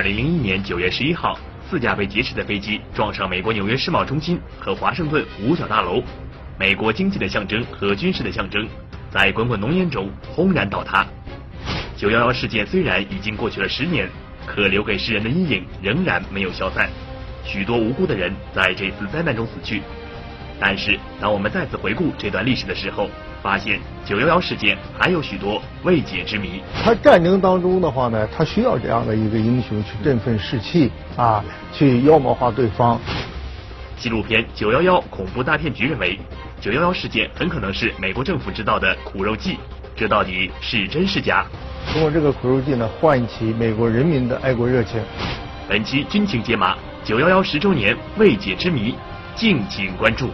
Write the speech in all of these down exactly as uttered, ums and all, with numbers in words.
零零一年九月十一号，四架被劫持的飞机撞上美国纽约世贸中心和华盛顿五角大楼，美国经济的象征和军事的象征，在滚滚浓烟中轰然倒塌。九一一事件虽然已经过去了十年，可留给世人的阴影仍然没有消散，许多无辜的人在这次灾难中死去。但是，当我们再次回顾这段历史的时候，发现九一一事件还有许多未解之谜。 他战争当中的话呢，他需要这样的一个英雄去振奋士气啊，去妖魔化对方。 纪录片《九一一恐怖大骗局》认为，九一一事件很可能是美国政府制造的苦肉计，这到底是真是假？ 通过这个苦肉计呢，唤起美国人民的爱国热情。 本期军情解码九一一十周年未解之谜，敬请关注。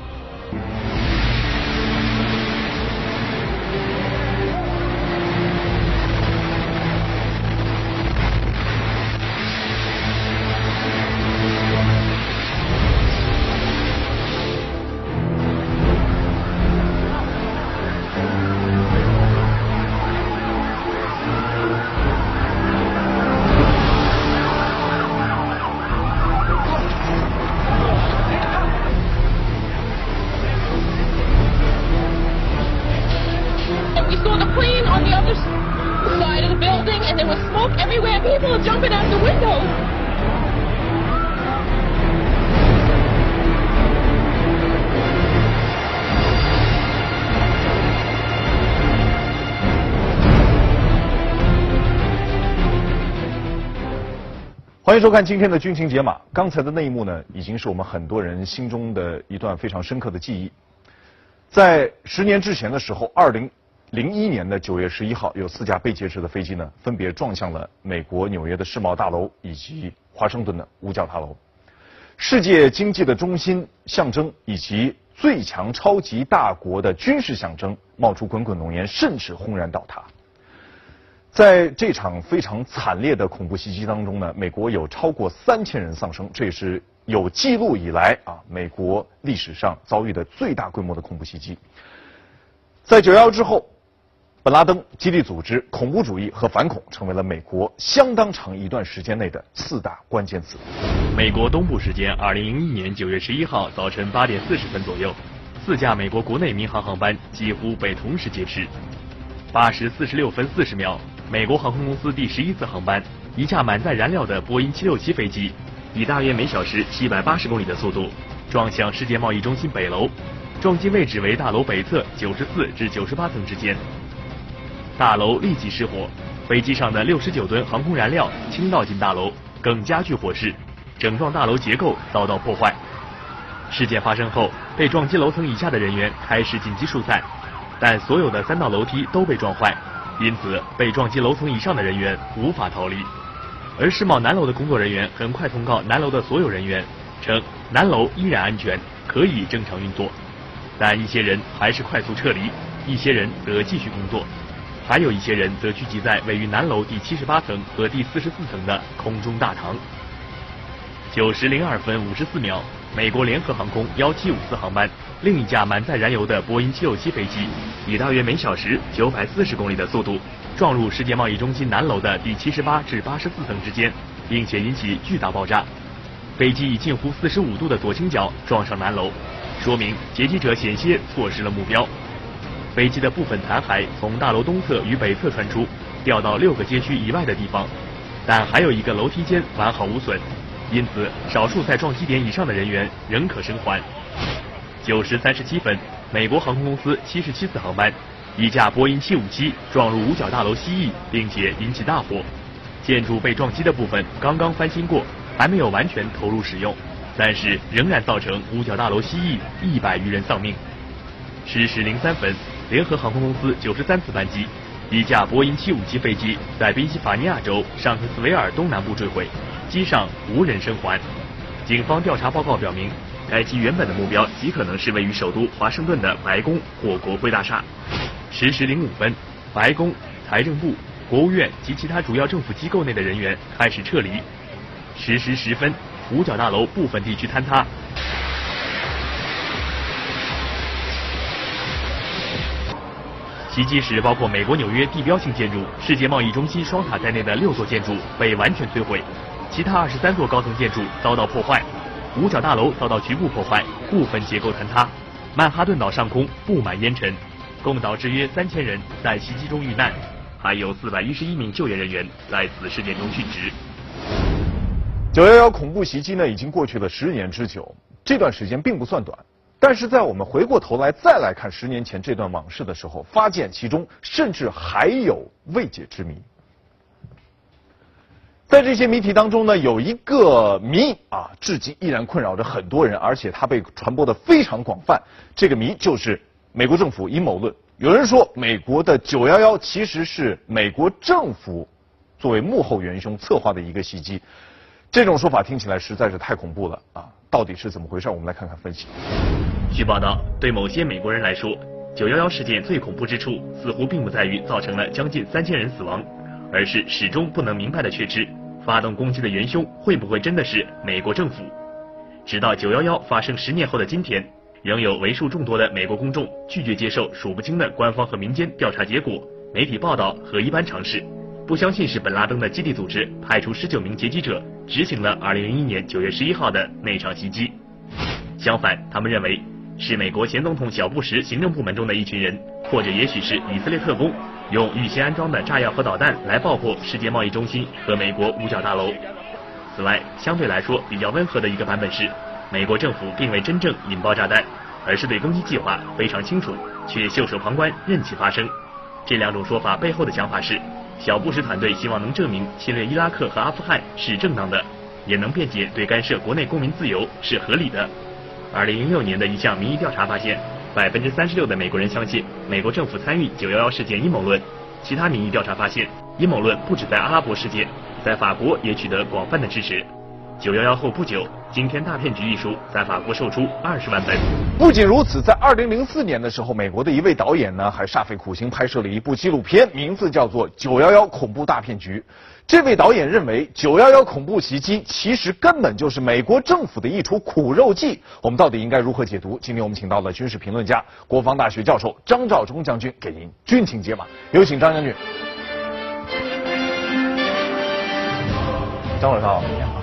欢迎收看今天的军情解码。刚才的那一幕呢，已经是我们很多人心中的一段非常深刻的记忆。在十年之前的时候，二零零一年的九月十一号，有四架被劫持的飞机呢，分别撞向了美国纽约的世贸大楼以及华盛顿的五角大楼。世界经济的中心象征以及最强超级大国的军事象征冒出滚滚浓烟，甚至轰然倒塌。在这场非常惨烈的恐怖袭击当中呢，美国有超过三千人丧生，这也是有记录以来啊美国历史上遭遇的最大规模的恐怖袭击。在九一一之后，本拉登、基地组织、恐怖主义和反恐成为了美国相当长一段时间内的四大关键词。 美国东部时间二零零一年九月十一号早晨八点四十分左右，四架美国国内民航航班几乎被同时劫持。八时四十六分四十秒。美国航空公司第十一次航班，一架满载燃料的波音七六七飞机，以大约每小时七百八十公里的速度撞向世界贸易中心北楼，撞击位置为大楼北侧九十四至九十八层之间。大楼立即失火，飞机上的六十九吨航空燃料倾倒进大楼，更加剧火势，整幢大楼结构遭到破坏。事件发生后，被撞击楼层以下的人员开始紧急疏散，但所有的三道楼梯都被撞坏。因此，被撞击楼层以上的人员无法逃离，而世贸南楼的工作人员很快通告南楼的所有人员，称南楼依然安全，可以正常运作。但一些人还是快速撤离，一些人则继续工作，还有一些人则聚集在位于南楼第七十八层和第四十四层的空中大堂。九时零二分五十四秒，美国联合航空一七五四航班另一架满载燃油的波音七六七飞机，以大约每小时九百四十公里的速度撞入世界贸易中心南楼的第七十八至八十四层之间，并且引起巨大爆炸。飞机以近乎四十五度的左倾角撞上南楼，说明劫机者险些错失了目标。飞机的部分残骸从大楼东侧与北侧传出，掉到六个街区以外的地方，但还有一个楼梯间完好无损。因此，少数在撞击点以上的人员仍可生还。九时三十七分，美国航空公司七十七次航班，一架波音七五七撞入五角大楼西翼，并且引起大火。建筑被撞击的部分刚刚翻新过，还没有完全投入使用，但是仍然造成五角大楼西翼一百余人丧命。十时零三分，联合航空公司九十三次班机，一架波音七五七飞机在宾夕法尼亚州尚特斯维尔东南部坠毁。机上无人生还。警方调查报告表明，该机原本的目标极可能是位于首都华盛顿的白宫或国会大厦。十时零五分，白宫、财政部、国务院及其他主要政府机构内的人员开始撤离。十时十分，五角大楼部分地区坍塌。 袭击时，包括美国纽约地标性建筑、世界贸易中心双塔在内的六座建筑被完全摧毁，其他二十三座高层建筑遭到破坏，五角大楼遭到局部破坏，部分结构坍塌。曼哈顿岛上空布满烟尘，共导致约三千人在袭击中遇难，还有四百一十一名救援人员在此事件中殉职。 九幺幺恐怖袭击呢，已经过去了十年之久，这段时间并不算短。但是在我们回过头来再来看十年前这段往事的时候，发现其中甚至还有未解之谜。在这些谜题当中呢，有一个谜啊，至今依然困扰着很多人，而且它被传播的非常广泛。这个谜就是美国政府阴谋论。有人说，美国的九幺幺其实是美国政府作为幕后元凶策划的一个袭击。这种说法听起来实在是太恐怖了啊！到底是怎么回事？我们来看看分析。 据报道，对某些美国人来说，九幺幺事件最恐怖之处似乎并不在于造成了将近三千人死亡，而是始终不能明白的确知，发动攻击的元凶会不会真的是美国政府？直到九幺幺发生十年后的今天，仍有为数众多的美国公众拒绝接受数不清的官方和民间调查结果、媒体报道和一般常识。不相信是本拉登的基地组织派出十九名劫机者执行了二零零一年九月十一号的那场袭击。相反，他们认为是美国前总统小布什行政部门中的一群人，或者也许是以色列特工，用预先安装的炸药和导弹来爆破世界贸易中心和美国五角大楼。此外，相对来说比较温和的一个版本是，美国政府并未真正引爆炸弹，而是对攻击计划非常清楚，却袖手旁观，任其发生。这两种说法背后的想法是，小布什团队希望能证明侵略伊拉克和阿富汗是正当的，也能辩解对干涉国内公民自由是合理的。二零零六年的一项民意调查发现，百分之三十六的美国人相信美国政府参与九幺幺事件阴谋论。其他民意调查发现，阴谋论不止在阿拉伯世界，在法国也取得广泛的支持。九幺幺后不久，《惊天大骗局》一书在法国售出二十万本。 不仅如此，在二零零四年的时候，美国的一位导演呢，还煞费苦心拍摄了一部纪录片，名字叫做《九幺幺恐怖大骗局》。这位导演认为，九幺幺恐怖袭击其实根本就是美国政府的一出苦肉计。我们到底应该如何解读？今天我们请到了军事评论家、国防大学教授张召忠将军，给您军情解码。有请张将军。张老师好。你好。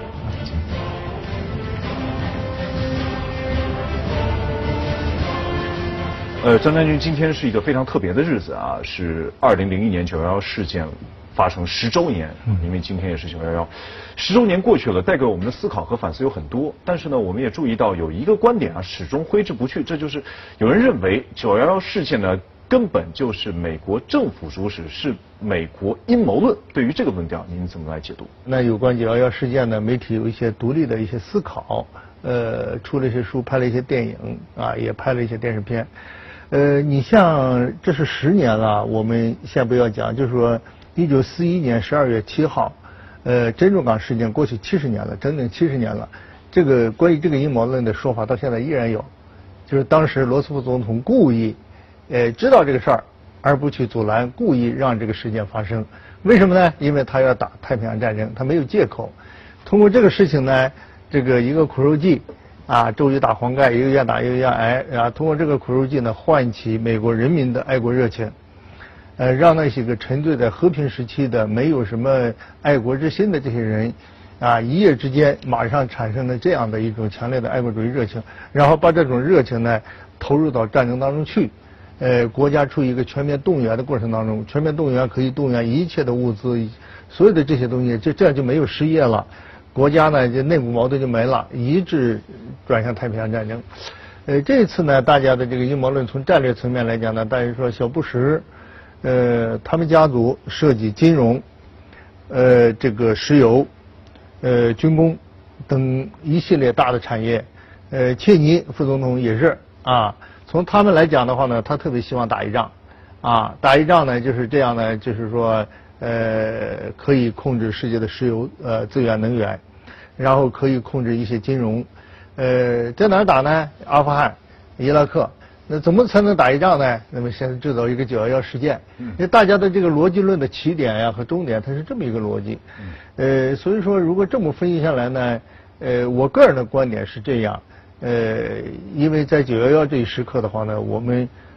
呃，张将军，今天是一个非常特别的日子啊，是二零零一年九幺幺事件发生十周年，因为今天也是九幺幺，十周年过去了，带给我们的思考和反思有很多。但是呢，我们也注意到有一个观点啊，始终挥之不去，这就是有人认为九幺幺事件呢根本就是美国政府主使，是美国阴谋论。对于这个论调，您怎么来解读？ 那有关九幺幺事件呢，媒体有一些独立的一些思考，呃，出了一些书，拍了一些电影啊，也拍了一些电视片。呃，你像这是十年了，我们先不要讲，就是说一九四一年十二月七号，呃，珍珠港事件过去七十年了，整整七十年了。这个关于这个阴谋论的说法到现在依然有，就是当时罗斯福总统故意，呃，知道这个事儿而不去阻拦，故意让这个事件发生。为什么呢？因为他要打太平洋战争，他没有借口。通过这个事情呢，这个一个苦肉计。啊，周瑜打黄盖，一个愿打一个愿挨啊！通过这个苦肉计呢，唤起美国人民的爱国热情，呃，让那些个沉醉在和平时期的、没有什么爱国之心的这些人，啊，一夜之间马上产生了这样的一种强烈的爱国主义热情，然后把这种热情呢投入到战争当中去。呃，国家处于一个全面动员的过程当中，全面动员可以动员一切的物资，所有的这些东西，这这样就没有失业了。国家呢，这内部矛盾就没了，一致转向太平洋战争。呃，这次呢，大家的这个阴谋论从战略层面来讲呢，大家说小布什，呃，他们家族涉及金融，呃，这个石油，呃，军工等一系列大的产业。呃，切尼副总统也是啊，从他们来讲的话呢，他特别希望打一仗，啊，打一仗呢就是这样呢，就是说。呃，可以控制世界的石油呃资源能源，然后可以控制一些金融。呃，在哪儿打呢？阿富汗、伊拉克。那怎么才能打一仗呢？那么先制造一个九幺幺事件。因为大家的这个逻辑论的起点呀和终点，它是这么一个逻辑。呃，所以说如果这么分析下来呢，呃，我个人的观点是这样。呃，因为在九幺幺这一时刻的话呢，我们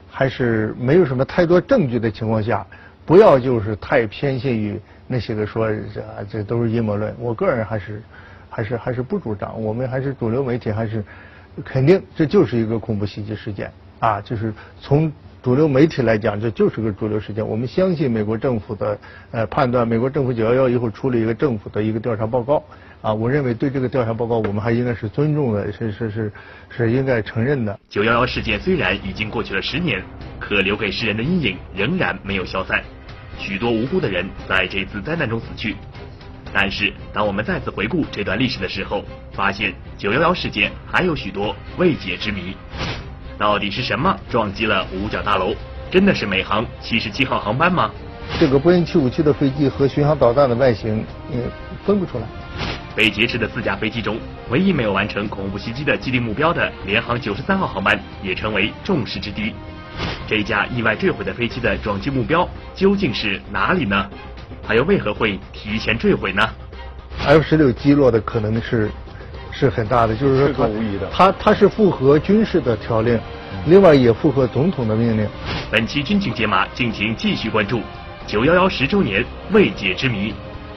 还是没有什么太多证据的情况下，不要就是太偏信于那些个说这这都是阴谋论。我个人还是还是还是不主张，我们还是主流媒体还是肯定这就是一个恐怖袭击事件啊，就是从主流媒体来讲，这就是个主流事件。我们相信美国政府的呃判断，美国政府九一一以后出了一个政府的一个调查报告啊，我认为对这个调查报告我们还应该是尊重的，是是是是应该承认的。 九一一事件虽然已经过去了十年，可留给世人的阴影仍然没有消散，许多无辜的人在这次灾难中死去。但是当我们再次回顾这段历史的时候，发现九一一事件还有许多未解之谜。到底是什么撞击了五角大楼？真的是美航七十七号航班吗？ 这个波音七五七的飞机和巡航导弹的外形也分不出来。 被劫持的四架飞机中，唯一没有完成恐怖袭击的既定目标的联航九十三号航班也成为众矢之的。这架意外坠毁的飞机的撞击目标究竟是哪里呢？还有为何会提前坠毁呢 ？F 十六击落的可能是是很大的，就是说它无疑的， 它它是符合军事的条令，另外也符合总统的命令。 本期军情解码，敬请继续关注九一一十周年未解之谜。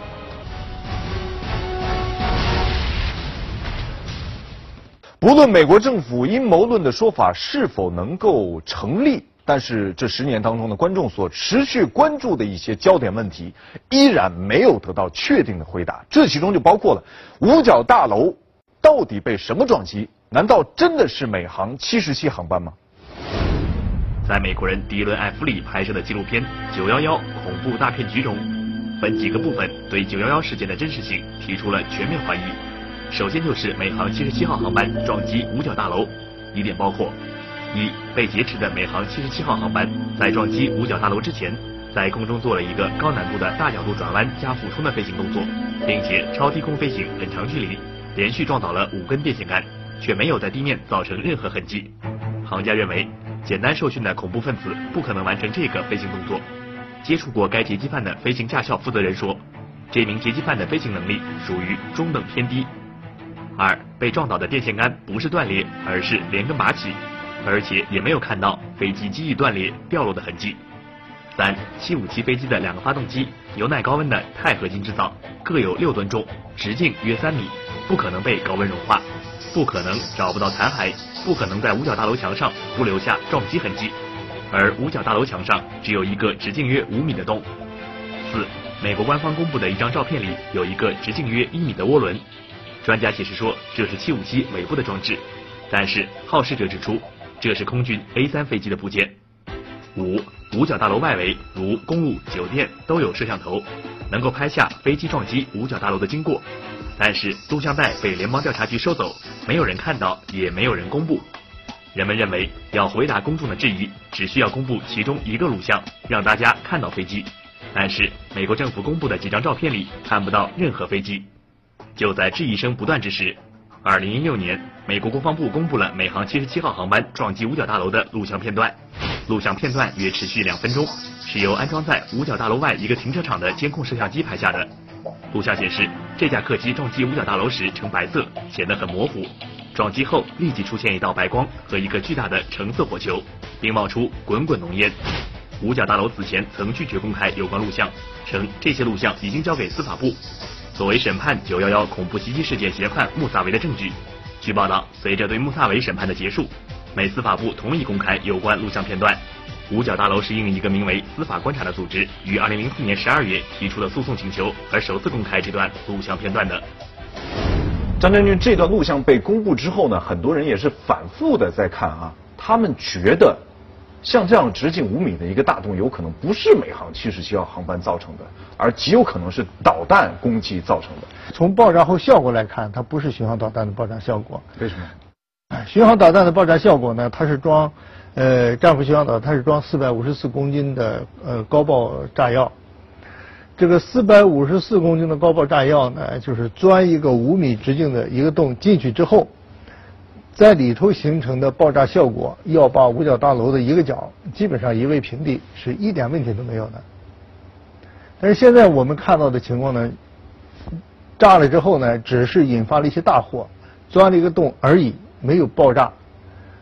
不论美国政府阴谋论的说法是否能够成立，但是这十年当中呢，观众所持续关注的一些焦点问题，依然没有得到确定的回答。这其中就包括了五角大楼到底被什么撞击？难道真的是美航七十七航班吗？ 在美国人迪伦·艾弗里拍摄的纪录片《九一一恐怖大骗局》中，分几个部分对九一一事件的真实性提出了全面怀疑。首先就是美航七十七号航班撞击五角大楼，疑点包括：一、被劫持的美航七十七号航班在撞击五角大楼之前，在空中做了一个高难度的大角度转弯加俯冲的飞行动作，并且超低空飞行很长距离，连续撞倒了五根电线杆，却没有在地面造成任何痕迹。行家认为，简单受训的恐怖分子不可能完成这个飞行动作。接触过该劫机犯的飞行驾校负责人说，这名劫机犯的飞行能力属于中等偏低。二、被撞倒的电线杆不是断裂，而是连根拔起，而且也没有看到飞机机翼断裂掉落的痕迹。三、七五七飞机的两个发动机由耐高温的钛合金制造，各有六吨重，直径约三米，不可能被高温融化，不可能找不到残骸，不可能在五角大楼墙上不留下撞击痕迹，而五角大楼墙上只有一个直径约五米的洞。四、美国官方公布的一张照片里有一个直径约一米的涡轮，专家解释说这是七五七尾部的装置，但是好事者指出这是空军 A 三飞机的部件。五、五角大楼外围如公路、酒店都有摄像头，能够拍下飞机撞击五角大楼的经过，但是录像带被联邦调查局收走，没有人看到，也没有人公布。人们认为要回答公众的质疑，只需要公布其中一个录像，让大家看到飞机，但是美国政府公布的几张照片里看不到任何飞机。就在质疑声不断之时，二零一六年，美国国防部公布了美航七十七号航班撞击五角大楼的录像片段。录像片段约持续两分钟，是由安装在五角大楼外一个停车场的监控摄像机拍下的。录像显示，这架客机撞击五角大楼时呈白色，显得很模糊。撞击后立即出现一道白光和一个巨大的橙色火球，并冒出滚滚浓烟。五角大楼此前曾拒绝公开有关录像，称这些录像已经交给司法部，作为审判九一一恐怖袭击事件嫌犯穆萨维的证据。据报道，随着对穆萨维审判的结束，美司法部同意公开有关录像片段。五角大楼是应一个名为司法观察的组织于二零零四年十二月提出了诉讼请求而首次公开这段录像片段的。 张将军，这段录像被公布之后呢，很多人也是反复的在看啊，他们觉得像这样直径五米的一个大洞，有可能不是美航七十七号航班造成的，而极有可能是导弹攻击造成的。 从爆炸后效果来看，它不是巡航导弹的爆炸效果。 为什么？ 巡航导弹的爆炸效果呢？它是装，呃，战斧巡航导弹，它是装四百五十四公斤的呃高爆炸药。这个四百五十四公斤的高爆炸药呢，就是钻一个五米直径的一个洞进去之后，在里头形成的爆炸效果，要把五角大楼的一个角基本上夷为平地，是一点问题都没有的。但是现在我们看到的情况呢，炸了之后呢，只是引发了一些大火，钻了一个洞而已。没有爆炸，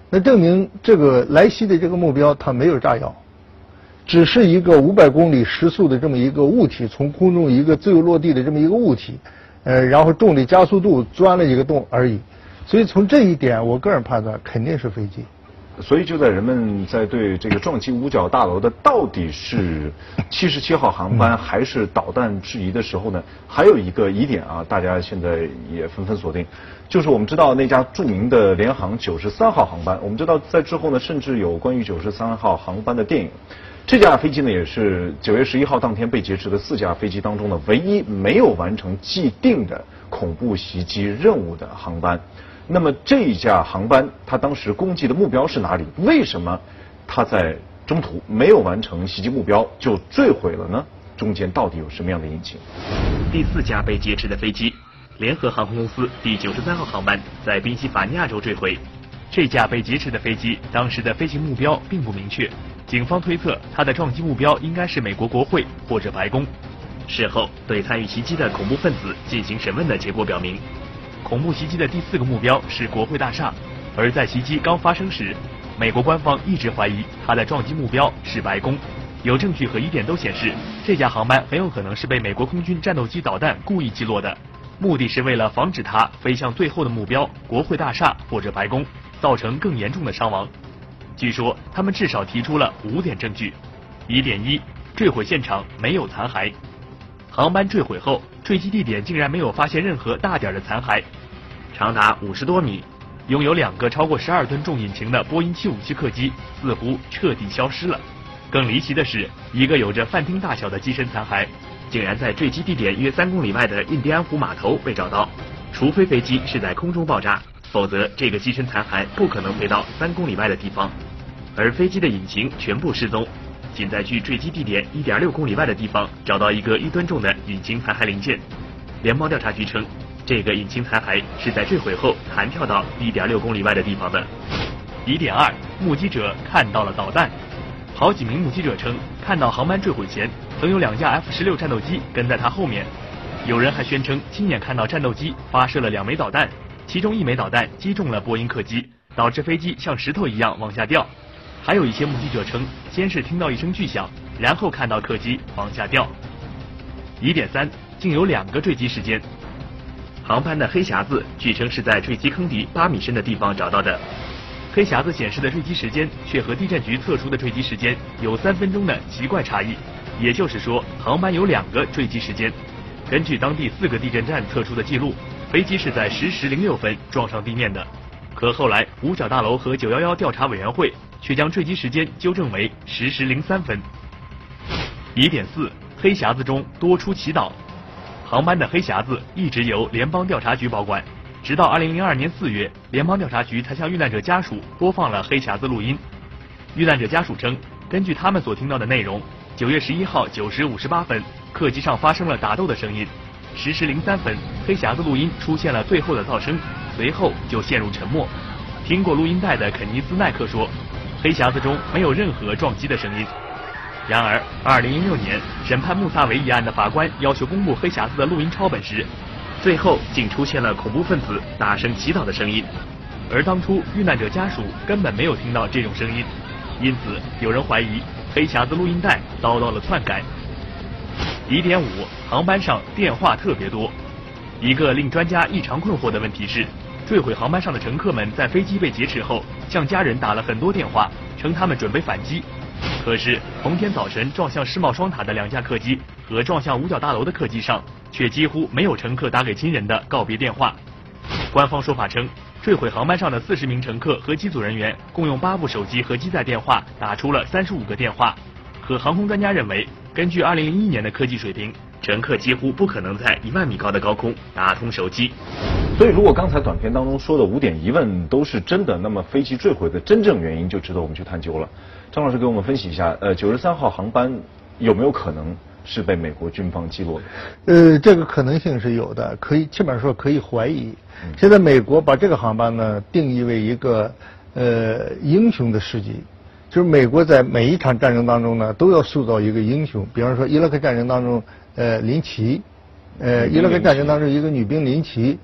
那证明这个来袭的这个目标它没有炸药，只是一个五百公里时速的这么一个物体从空中一个自由落地的这么一个物体，呃，然后重力加速度钻了一个洞而已。所以从这一点，我个人判断肯定是飞机。 所以就在人们在对这个撞击五角大楼的到底是七十七号航班还是导弹质疑的时候呢，还有一个疑点啊，大家现在也纷纷锁定，就是我们知道那家著名的联航九十三号航班，我们知道在之后呢，甚至有关于九十三号航班的电影。这架飞机呢，也是九月十一号当天被劫持的四架飞机当中呢，唯一没有完成既定的恐怖袭击任务的航班。那么这一架航班，它当时攻击的目标是哪里？为什么它在中途没有完成袭击目标就坠毁了呢？中间到底有什么样的隐情？ 第四架被劫持的飞机，联合航空公司第九十三号航班在宾夕法尼亚州坠毁。这架被劫持的飞机当时的飞行目标并不明确，警方推测它的撞击目标应该是美国国会或者白宫。事后对参与袭击的恐怖分子进行审问的结果表明，恐怖袭击的第四个目标是国会大厦，而在袭击刚发生时，美国官方一直怀疑它的撞击目标是白宫。有证据和疑点都显示，这架航班很有可能是被美国空军战斗机导弹故意击落的，目的是为了防止它飞向最后的目标国会大厦或者白宫，造成更严重的伤亡。据说他们至少提出了五点证据。疑点一：坠毁现场没有残骸。航班坠毁后，坠机地点竟然没有发现任何大点的残骸。长达五十多米，拥有两个超过十二吨重引擎的波音七五七客机似乎彻底消失了。更离奇的是，一个有着饭厅大小的机身残骸，竟然在坠机地点约三公里外的印第安湖码头被找到。除非飞机是在空中爆炸，否则这个机身残骸不可能飞到三公里外的地方。而飞机的引擎全部失踪，仅在距坠机地点一点六公里外的地方找到一个一吨重的引擎残骸零件。联邦调查局称，这个引擎残骸是在坠毁后弹跳到一点六公里外的地方的。疑点二：目击者看到了导弹。好几名目击者称，看到航班坠毁前，曾有两架 F 十六战斗机跟在它后面。有人还宣称亲眼看到战斗机发射了两枚导弹，其中一枚导弹击中了波音客机，导致飞机像石头一样往下掉。还有一些目击者称，先是听到一声巨响，然后看到客机往下掉。疑点三：竟有两个坠机时间。航班的黑匣子据称是在坠机坑底八米深的地方找到的。黑匣子显示的坠机时间却和地震局测出的坠机时间有三分钟的奇怪差异，也就是说，航班有两个坠机时间。根据当地四个地震站测出的记录，飞机是在十时零六分撞上地面的。可后来五角大楼和九一一调查委员会却将坠机时间纠正为十时零三分。疑点四：黑匣子中多出祈祷。航班的黑匣子一直由联邦调查局保管，直到二零零二年四月，联邦调查局才向遇难者家属播放了黑匣子录音。遇难者家属称，根据他们所听到的内容，九月十一号九时五十八分，客机上发生了打斗的声音。十时零三分，黑匣子录音出现了最后的噪声，随后就陷入沉默。听过录音带的肯尼斯·奈克说，黑匣子中没有任何撞击的声音。然而，二零零六年审判穆萨维一案的法官要求公布黑匣子的录音抄本时，最后竟出现了恐怖分子大声祈祷的声音，而当初遇难者家属根本没有听到这种声音，因此有人怀疑黑匣子录音带遭到了篡改。疑点五：航班上电话特别多。一个令专家异常困惑的问题是，坠毁航班上的乘客们在飞机被劫持后，向家人打了很多电话，称他们准备反击。可是同天早晨撞向世贸双塔的两架客机和撞向五角大楼的客机上，却几乎没有乘客打给亲人的告别电话。官方说法称，坠毁航班上的四十名乘客和机组人员共用八部手机和机载电话打出了三十五个电话。可航空专家认为，根据二零零一年的科技水平，乘客几乎不可能在一万米高的高空打通手机。 所以，如果刚才短片当中说的五点疑问都是真的，那么飞机坠毁的真正原因就值得我们去探究了。张老师给我们分析一下，呃，九十三号航班有没有可能是被美国军方击落的？ 呃，这个可能性是有的，可以基本上说可以怀疑。嗯、现在美国把这个航班呢定义为一个呃英雄的事迹，就是美国在每一场战争当中呢都要塑造一个英雄。比方说伊拉克战争当中，呃，林奇，呃，伊拉克战争当中一个女兵林奇。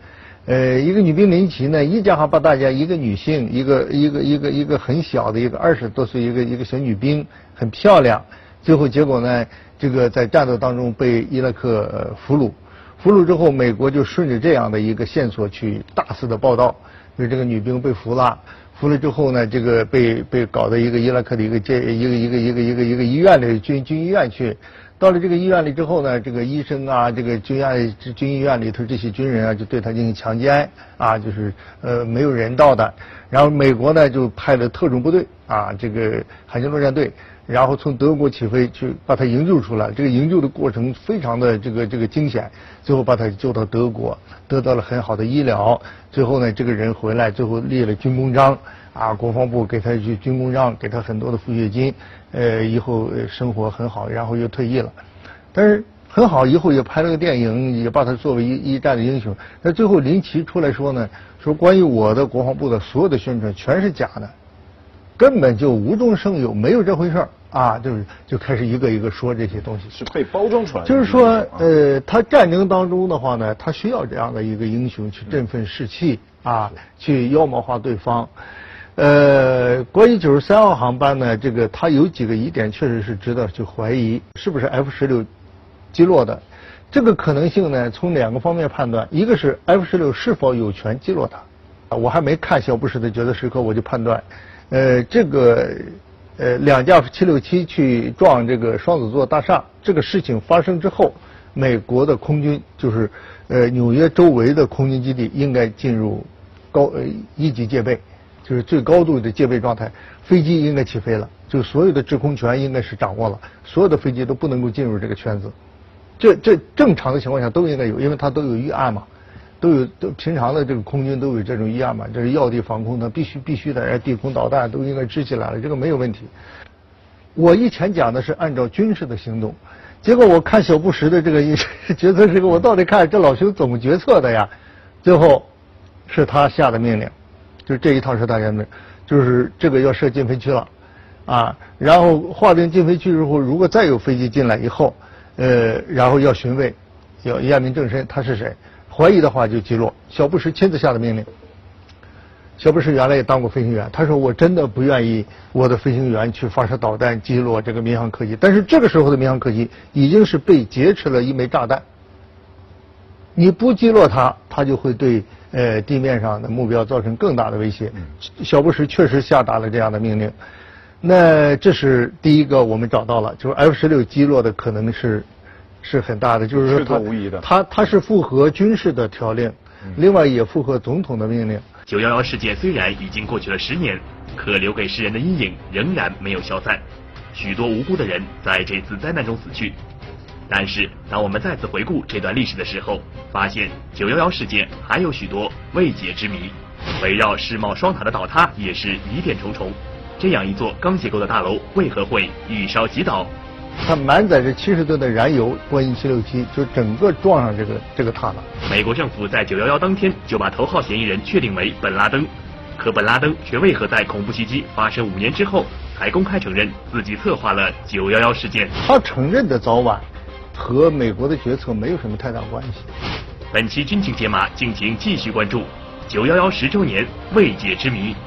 呃，一个女兵林奇呢，一家哈巴大家，一个女性，一个一个一个一个很小的一个二十多岁一个一个小女兵，很漂亮。最后结果呢，这个在战斗当中被伊拉克呃俘虏，俘虏之后，美国就顺着这样的一个线索去大肆的报道，就这个女兵被俘了。俘了之后呢，这个被被搞到一个伊拉克的一个监一个一个一个一个一个医院里军军医院去。到了这个医院里之后呢，这个医生啊，这个军院军医院里头这些军人啊，就对他进行强奸啊，就是呃没有人道的。然后美国呢就派了特种部队啊，这个海军陆战队，然后从德国起飞去把他营救出来。这个营救的过程非常的这个这个惊险，最后把他救到德国，得到了很好的医疗。最后呢，这个人回来，最后立了军功章。啊，国防部给他军军功章，给他很多的抚恤金，呃，以后生活很好，然后又退役了。但是很好，以后也拍了个电影，也把他作为一一战的英雄。那最后林奇出来说呢，说关于我的国防部的所有的宣传全是假的，根本就无中生有，没有这回事儿啊，就是就开始一个一个说这些东西， 是被包装出来的。 就是说，呃，他战争当中的话呢，他需要这样的一个英雄去振奋士气啊，去妖魔化对方。呃，关于九十三号航班呢，这个它有几个疑点，确实是值得去怀疑，是不是 F 十六击落的？这个可能性呢，从两个方面判断，一个是 F 十六是否有权击落它。啊，我还没看小布什的决策时刻，我就判断，呃，这个呃两架七六七去撞这个双子座大厦，这个事情发生之后，美国的空军就是呃纽约周围的空军基地应该进入高呃一级戒备。就是最高度的戒备状态，飞机应该起飞了，就所有的制空权应该是掌握了，所有的飞机都不能够进入这个圈子。这这正常的情况下都应该有，因为它都有预案嘛，都有都平常的这个空军都有这种预案嘛，这是要地防空的，必须必须的，而地空导弹都应该支起来了，这个没有问题。我以前讲的是按照军事的行动，结果我看小布什的这个决策时刻，我到底看这老兄怎么决策的呀？最后是他下的命令。就这一套是大家的，就是这个要设禁飞区了，啊，然后划定禁飞区之后，如果再有飞机进来以后，呃，然后要询问，要验明正身，他是谁，怀疑的话就击落。小布什亲自下的命令。小布什原来也当过飞行员，他说我真的不愿意我的飞行员去发射导弹击落这个民航客机，但是这个时候的民航客机已经是被劫持了一枚炸弹，你不击落它，它就会对。呃，地面上的目标造成更大的威胁。小布什确实下达了这样的命令。那这是第一个我们找到了，就是 F 十六击落的可能是是很大的，就是说它无疑的， 它它是符合军事的条令，另外也符合总统的命令。 九幺幺事件虽然已经过去了十年，可留给世人的阴影仍然没有消散，许多无辜的人在这次灾难中死去。但是，当我们再次回顾这段历史的时候，发现九幺幺事件还有许多未解之谜，围绕世贸双塔的倒塌也是疑点重重。这样一座钢结构的大楼，为何会一烧即倒？ 它满载着七十吨的燃油，波音七六七就整个撞上这个这个塔了。 美国政府在九幺幺当天就把头号嫌疑人确定为本拉登，可本拉登却为何在恐怖袭击发生五年之后，才公开承认自己策划了九幺幺事件？ 他承认的早晚和美国的决策没有什么太大关系。 本期军情解码，敬请继续关注九幺幺十周年未解之谜。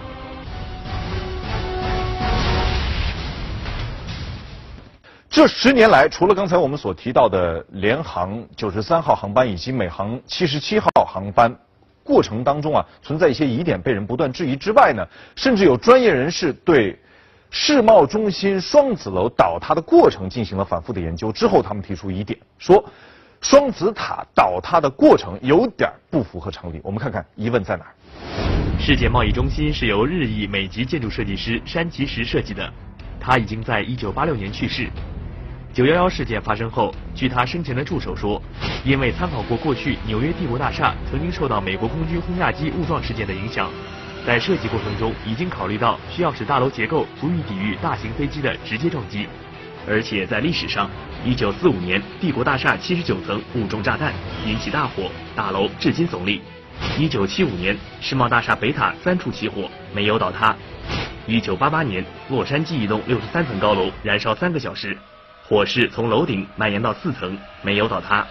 这十年来，除了刚才我们所提到的联航九十三号航班以及美航七十七号航班过程当中啊，存在一些疑点被人不断质疑之外呢，甚至有专业人士对世贸中心双子楼倒塌的过程进行了反复的研究之后，他们提出疑点，说双子塔倒塌的过程有点不符合常理。我们看看疑问在哪儿。 世界贸易中心是由日裔美籍建筑设计师山崎实设计的，他已经在一九八六年去世。九幺幺事件发生后，据他生前的助手说，因为参考过过去纽约帝国大厦曾经受到美国空军轰炸机误撞事件的影响，在设计过程中已经考虑到需要使大楼结构足以抵御大型飞机的直接撞击，而且在历史上，一九四五年帝国大厦七十九层误中炸弹，引起大火，大楼至今耸立。一九七五年世贸大厦北塔三处起火，没有倒塌。一九八八年洛杉矶一栋六十三层高楼燃烧三个小时，火势从楼顶蔓延到四层，没有倒塌。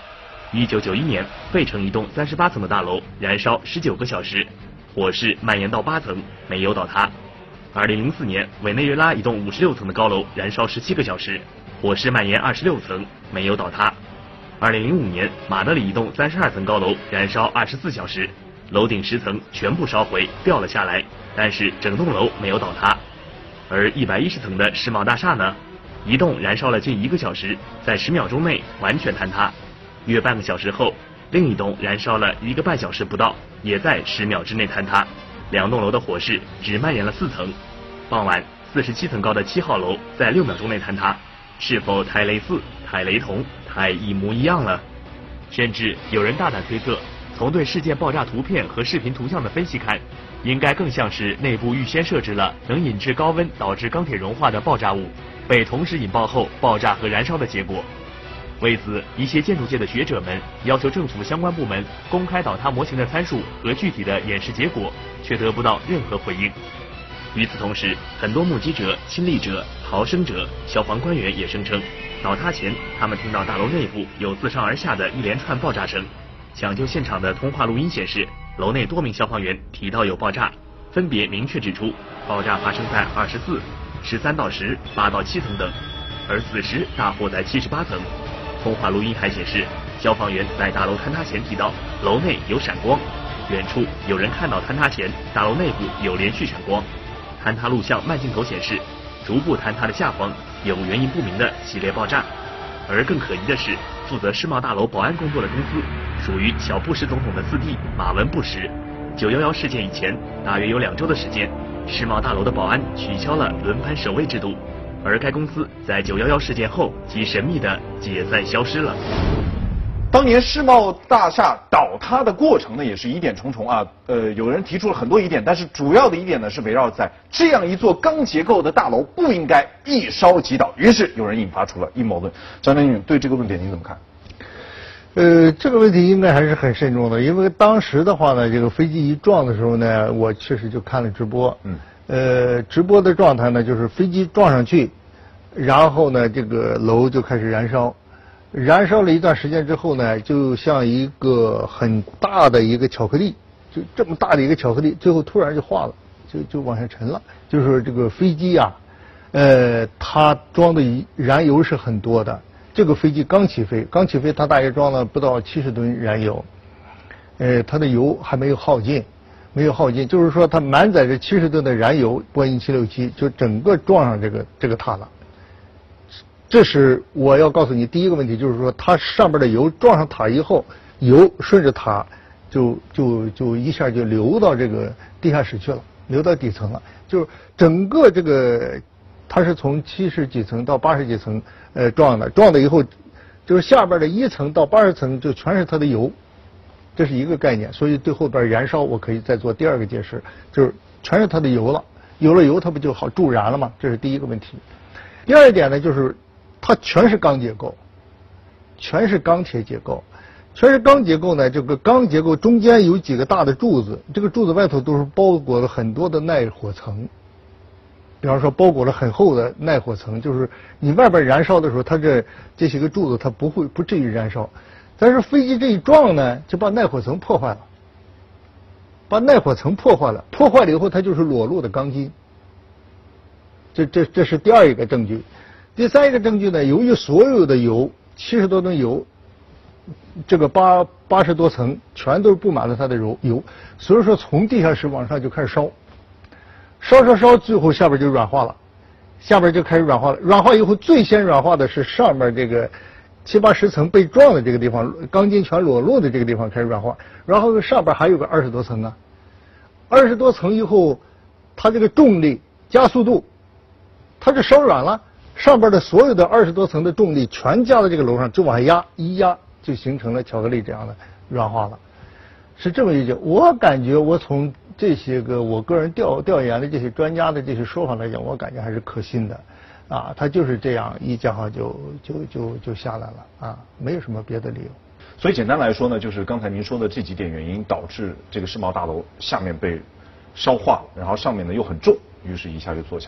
一九九一年，费城一栋三十八层的大楼燃烧十九个小时，火势蔓延到八层，没有倒塌。二零零四年，委内瑞拉一栋五十六层的高楼燃烧十七个小时，火势蔓延二十六层，没有倒塌。二零零五年，马德里一栋三十二层高楼燃烧二十四小时，楼顶十层全部烧毁，掉了下来，但是整栋楼没有倒塌。而一百一十层的世贸大厦呢，一栋燃烧了近一个小时，在十秒钟内完全坍塌。约半个小时后，另一栋燃烧了一个半小时不到，也在十秒之内坍塌。两栋楼的火势只蔓延了四层。傍晚，四十七层高的七号楼在六秒钟内坍塌，是否太类似、太雷同、太一模一样了？甚至有人大胆推测，从对事件爆炸图片和视频图像的分析看，应该更像是内部预先设置了能引致高温导致钢铁融化的爆炸物，被同时引爆后爆炸和燃烧的结果。为此，一些建筑界的学者们要求政府相关部门公开倒塌模型的参数和具体的演示结果，却得不到任何回应。与此同时，很多目击者、亲历者、逃生者、消防官员也声称，倒塌前他们听到大楼内部有自上而下的一连串爆炸声。抢救现场的通话录音显示，楼内多名消防员提到有爆炸，分别明确指出爆炸发生在二十四、十三到十、八到七层等，而此时大火在七十八层。通话录音还显示，消防员在大楼坍塌前提到楼内有闪光，远处有人看到坍塌前大楼内部有连续闪光。坍塌录像慢镜头显示，逐步坍塌的下方有原因不明的系列爆炸。而更可疑的是，负责世贸大楼保安工作的公司属于小布什总统的四弟马文布什。九一一事件以前，大约有两周的时间，世贸大楼的保安取消了轮班守卫制度，而该公司在九一一事件后即神秘的解散消失了。 当年世贸大厦倒塌的过程呢，也是疑点重重啊。呃，有人提出了很多疑点，但是主要的疑点呢是围绕在这样一座钢结构的大楼不应该一烧即倒。于是有人引发出了阴谋论。张将军对这个论点您怎么看？ 呃，这个问题应该还是很慎重的，因为当时的话呢，这个飞机一撞的时候呢，我确实就看了直播。嗯。呃，直播的状态呢，就是飞机撞上去，然后呢，这个楼就开始燃烧。燃烧了一段时间之后呢，就像一个很大的一个巧克力，就这么大的一个巧克力，最后突然就化了，就就往下沉了。就是这个飞机啊，呃，它装的燃油是很多的。这个飞机刚起飞，刚起飞，它大约装了不到七十吨燃油，呃，它的油还没有耗尽，没有耗尽，就是说它满载着七十吨的燃油，波音七六七就整个撞上这个这个塔了。这是我要告诉你第一个问题，就是说它上边的油撞上塔以后，油顺着塔就就就一下就流到这个地下室去了，流到底层了。就是整个这个它是从七十几层到八十几层呃撞的，撞的以后就是下边的一层到八十层就全是它的油，这是一个概念。所以对后边燃烧我可以再做第二个解释，就是全是它的油了，有了油它不就好助燃了吗？这是第一个问题。第二点呢，就是它全是钢结构，全是钢铁结构，全是钢结构呢。这个钢结构中间有几个大的柱子，这个柱子外头都是包裹了很多的耐火层。比方说，包裹了很厚的耐火层，就是你外边燃烧的时候，它这这些个柱子它不会不至于燃烧。但是飞机这一撞呢，就把耐火层破坏了，把耐火层破坏了，破坏了以后，它就是裸露的钢筋。这这这是第二一个证据。第三一个证据呢，由于所有的油七十多吨油，这个八八十多层全都布满了它的油油，所以说从地下室往上就开始烧，烧烧烧，最后下边就软化了，下边就开始软化了。软化以后，最先软化的是上面这个七八十层被撞的这个地方，钢筋全裸露的这个地方开始软化，然后上边还有个二十多层啊，二十多层以后，它这个重力加速度，它就烧软了。上边的所有的二十多层的重力全加到这个楼上，就往下压，一压就形成了巧克力这样的软化了，是这么一个。我感觉我从这些个我个人调调研的这些专家的这些说法来讲，我感觉还是可信的，啊，他就是这样一降好就就就就下来了啊，没有什么别的理由。 所以简单来说呢，就是刚才您说的这几点原因导致这个世贸大楼下面被烧化了，然后上面呢又很重，于是一下就坐下来了。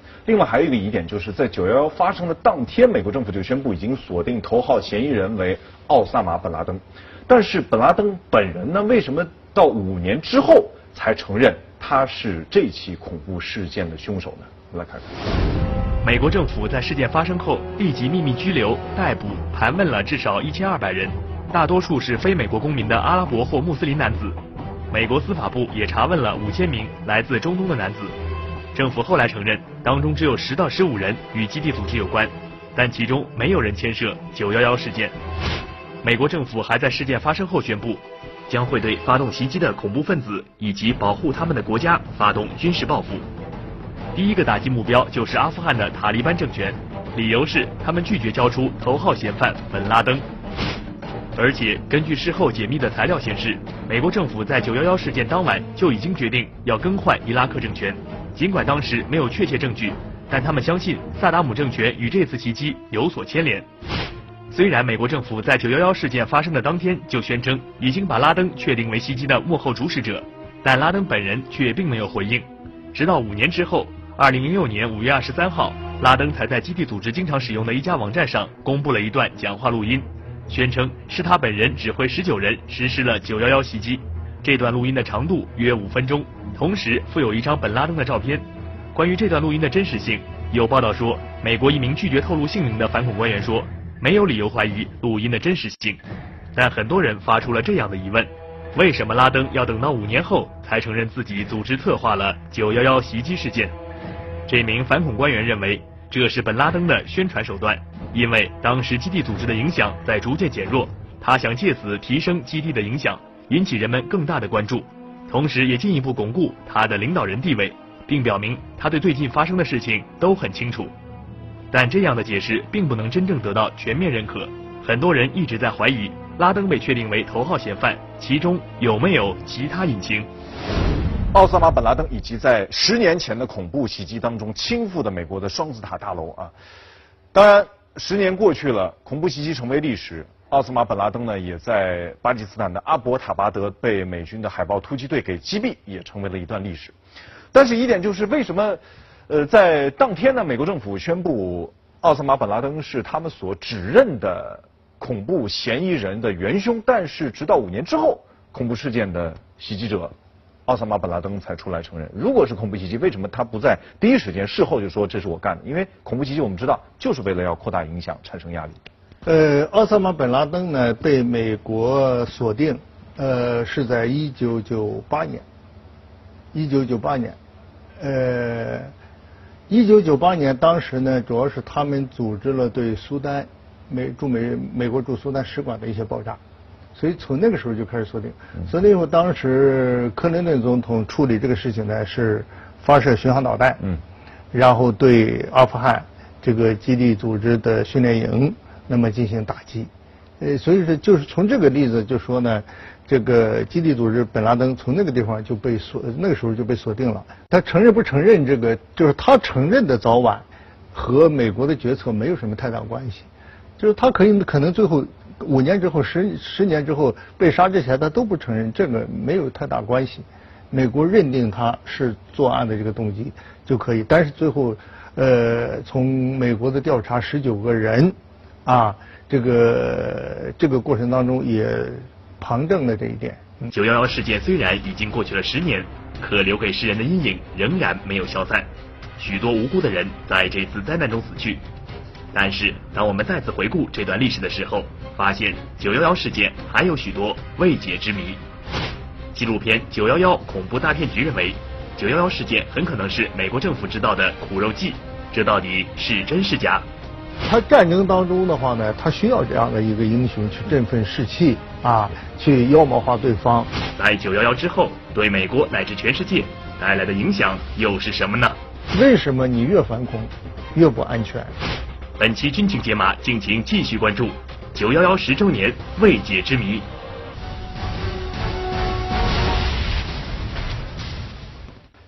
另外还有一个疑点，就是在九一一发生的当天，美国政府就宣布已经锁定头号嫌疑人为奥萨马·本·拉登。但是本·拉登本人呢，为什么到五年之后才承认他是这起恐怖事件的凶手呢？我们来看看。 美国政府在事件发生后立即秘密拘留、逮捕、盘问了至少一千二百人，大多数是非美国公民的阿拉伯或穆斯林男子。美国司法部也查问了五千名来自中东的男子。政府后来承认，当中只有十到十五人与基地组织有关，但其中没有人牵涉九一一事件。美国政府还在事件发生后宣布，将会对发动袭击的恐怖分子以及保护他们的国家发动军事报复。第一个打击目标就是阿富汗的塔利班政权，理由是他们拒绝交出头号嫌犯本拉登。而且根据事后解密的材料显示，美国政府在九一一事件当晚就已经决定要更换伊拉克政权。尽管当时没有确切证据，但他们相信萨达姆政权与这次袭击有所牵连。虽然美国政府在九一一事件发生的当天就宣称已经把拉登确定为袭击的幕后主使者，但拉登本人却并没有回应。直到五年之后，二零零六年五月二十三号，拉登才在基地组织经常使用的一家网站上公布了一段讲话录音，宣称是他本人指挥十九人实施了九一一袭击。这段录音的长度约五分钟，同时附有一张本拉登的照片。关于这段录音的真实性，有报道说，美国一名拒绝透露姓名的反恐官员说，没有理由怀疑录音的真实性。但很多人发出了这样的疑问：为什么拉登要等到五年后才承认自己组织策划了九一一袭击事件？这名反恐官员认为，这是本拉登的宣传手段，因为当时基地组织的影响在逐渐减弱，他想借此提升基地的影响，引起人们更大的关注，同时也进一步巩固他的领导人地位，并表明他对最近发生的事情都很清楚。但这样的解释并不能真正得到全面认可，很多人一直在怀疑拉登被确定为头号嫌犯，其中有没有其他隐情？ 奥萨马·本·拉登以及在十年前的恐怖袭击当中倾覆的美国的双子塔大楼啊，当然十年过去了，恐怖袭击成为历史。奥萨马·本·拉登呢，也在巴基斯坦的阿伯塔巴德被美军的海豹突击队给击毙，也成为了一段历史。但是，疑点就是为什么，呃，在当天呢，美国政府宣布奥萨马·本·拉登是他们所指认的恐怖嫌疑人的元凶，但是直到五年之后，恐怖事件的袭击者奥萨马·本·拉登才出来承认。如果是恐怖袭击，为什么他不在第一时间事后就说这是我干的？因为恐怖袭击我们知道就是为了要扩大影响，产生压力。 呃，奥萨马·本·拉登呢被美国锁定，呃，是在一九九八年。一九九八年，呃，一九九八年当时呢，主要是他们组织了对苏丹美驻美美国驻苏丹使馆的一些爆炸，所以从那个时候就开始锁定。锁定以后，当时克林顿总统处理这个事情呢是发射巡航导弹，嗯，然后对阿富汗这个基地组织的训练营那么进行打击。呃，所以说就是从这个例子就说呢，这个基地组织本拉登从那个地方就被锁，那个时候就被锁定了。他承认不承认这个，就是他承认的早晚和美国的决策没有什么太大关系，就是他可以可能最后五年之后、十十年之后被杀之前他都不承认，这个没有太大关系。美国认定他是作案的这个动机就可以，但是最后呃，从美国的调查十九个人啊。这个这个过程当中也旁证了这一点。 九一一事件虽然已经过去了十年，可留给世人的阴影仍然没有消散，许多无辜的人在这次灾难中死去。但是，当我们再次回顾这段历史的时候，发现九一一事件还有许多未解之谜。纪录片《九一一恐怖大骗局》认为，九一一事件很可能是美国政府制造的苦肉计，这到底是真是假？ 他战争当中的话呢，他需要这样的一个英雄去振奋士气啊，去妖魔化对方。 在九一一之后，对美国乃至全世界带来的影响又是什么呢？ 为什么你越反恐越不安全？ 本期军情解码，敬请继续关注九一一十周年未解之谜。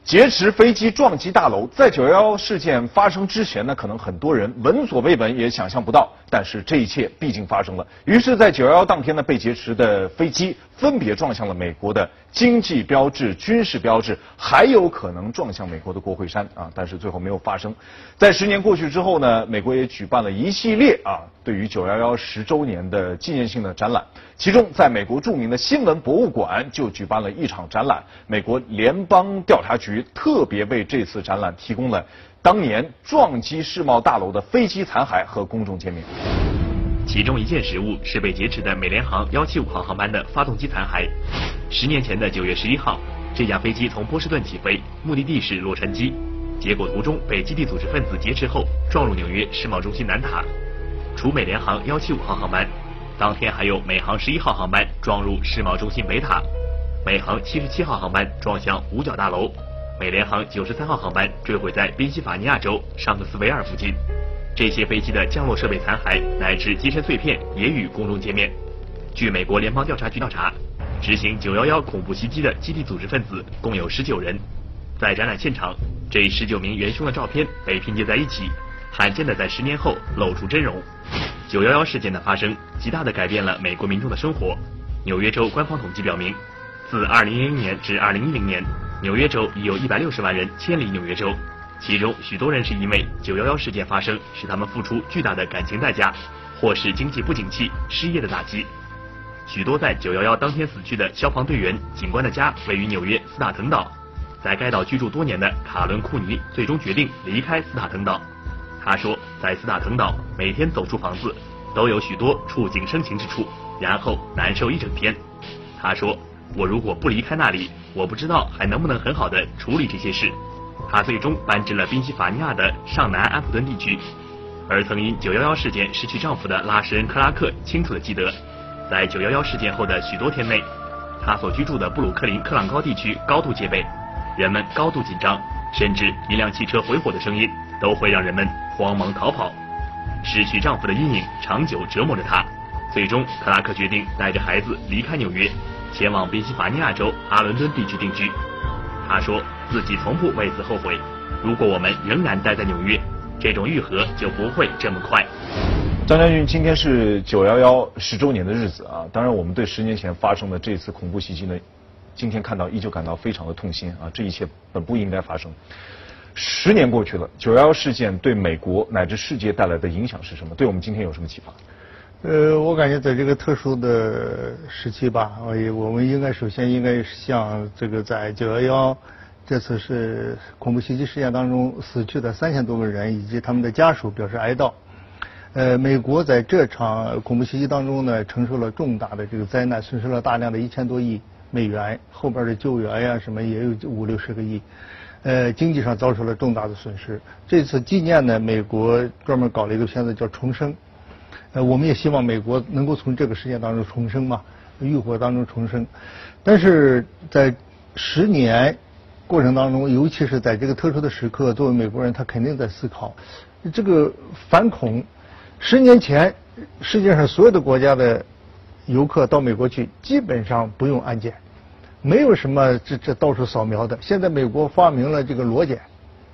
劫持飞机撞击大楼，在九幺幺事件发生之前呢，可能很多人闻所未闻，也想象不到。但是这一切毕竟发生了。于是，在九幺幺当天呢，被劫持的飞机分别撞向了美国的经济标志、军事标志，还有可能撞向美国的国会山啊。但是最后没有发生。在十年过去之后呢，美国也举办了一系列啊对于九幺幺十周年的纪念性的展览。其中，在美国著名的新闻博物馆就举办了一场展览。美国联邦调查局特别为这次展览提供了当年撞击世贸大楼的飞机残骸和公众见面。 其中一件实物是被劫持的美联航一七五号航班的发动机残骸。十年前的九月十一号，这架飞机从波士顿起飞，目的地是洛杉矶，结果途中被基地组织分子劫持后撞入纽约世贸中心南塔。除美联航一七五号航班，当天还有美航十一号航班撞入世贸中心北塔，美航七十七号航班撞向五角大楼，美联航九十三号航班坠毁在宾夕法尼亚州尚克斯维尔附近。这些飞机的降落设备残骸乃至机身碎片也与公众见面。据美国联邦调查局调查，执行九一一恐怖袭击的基地组织分子共有十九人。在展览现场，这十九名元凶的照片被拼接在一起，罕见的在十年后露出真容。九一一事件的发生，极大地改变了美国民众的生活。纽约州官方统计表明，自二零零零年至二零一零年，纽约州已有一百六十万人迁离纽约州，其中许多人是因为九一一事件发生使他们付出巨大的感情代价，或是经济不景气、失业的打击。许多在九一一当天死去的消防队员、警官的家位于纽约斯塔滕岛，在该岛居住多年的卡伦·库尼最终决定离开斯塔滕岛。他说，在斯塔滕岛每天走出房子都有许多触景生情之处，然后难受一整天。他说，我如果不离开那里，我不知道还能不能很好的处理这些事。他最终搬至了宾夕法尼亚的上南安普顿地区。而曾因九一一事件失去丈夫的拉什恩·克拉克清楚地记得，在九一一事件后的许多天内，他所居住的布鲁克林克朗高地区高度戒备，人们高度紧张，甚至一辆汽车回火的声音都会让人们慌忙逃跑。失去丈夫的阴影长久折磨着他，最终克拉克决定带着孩子离开纽约，前往宾夕法尼亚州阿伦敦地区定居。他说自己从不为此后悔，如果我们仍然待在纽约，这种愈合就不会这么快。 张将军，今天是九一一十周年的日子啊，当然我们对十年前发生的这次恐怖袭击呢，今天看到依旧感到非常的痛心啊，这一切本不应该发生。十年过去了，九一一事件对美国乃至世界带来的影响是什么？对我们今天有什么启发？ 呃，我感觉在这个特殊的时期吧，我们应该首先应该向这个在九一一这次是恐怖袭击事件当中死去的三千多个人以及他们的家属表示哀悼。呃，美国在这场恐怖袭击当中呢，承受了重大的这个灾难，损失了大量的一千多亿美元，后边的救援呀什么也有五六十个亿。呃，经济上遭受了重大的损失。这次纪念呢，美国专门搞了一个片子叫《重生》。呃，我们也希望美国能够从这个事件当中重生嘛，浴火当中重生。但是在十年过程当中，尤其是在这个特殊的时刻，作为美国人，他肯定在思考这个反恐。十年前，世界上所有的国家的游客到美国去，基本上不用安检。没有什么这这到处扫描的。现在美国发明了这个裸检，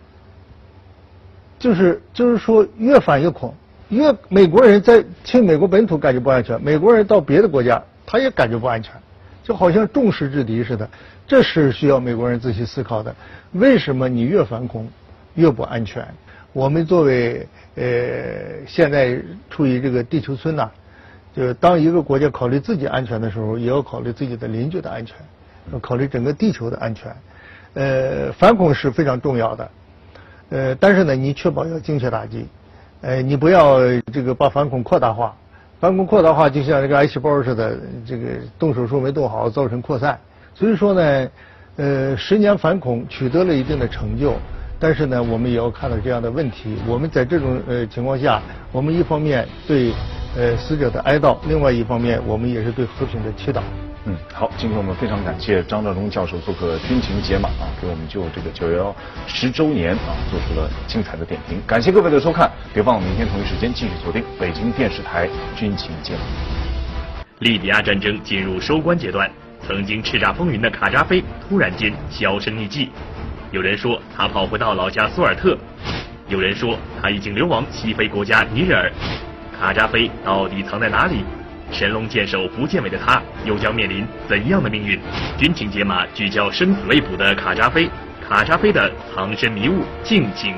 就是就是说越反越恐，越美国人在进美国本土感觉不安全，美国人到别的国家他也感觉不安全，就好像众矢之的似的。这是需要美国人仔细思考的。为什么你越反恐越不安全？我们作为呃现在处于这个地球村呐、啊，就当一个国家考虑自己安全的时候，也要考虑自己的邻居的安全。要考虑整个地球的安全，呃，反恐是非常重要的，呃，但是呢，你确保要精确打击，呃，你不要这个把反恐扩大化，反恐扩大化就像这个癌细胞似的，这个动手术没动好，造成扩散。所以说呢，呃，十年反恐取得了一定的成就，但是呢，我们也要看到这样的问题。我们在这种呃情况下，我们一方面对呃死者的哀悼，另外一方面我们也是对和平的祈祷。 嗯，好，今天我们非常感谢张召忠教授做客军情解码啊，给我们就这个九一一十周年啊做出了精彩的点评。感谢各位的收看，别忘了明天同一时间继续锁定北京电视台军情解码。 利比亚战争进入收官阶段，曾经叱咤风云的卡扎菲突然间销声匿迹。 有人说他跑回到老家苏尔特，有人说他已经流亡西非国家尼日尔。卡扎菲到底藏在哪里？神龙见首不见尾的他，又将面临怎样的命运？军情解码聚焦生死未卜的卡扎菲，卡扎菲的藏身迷雾，敬请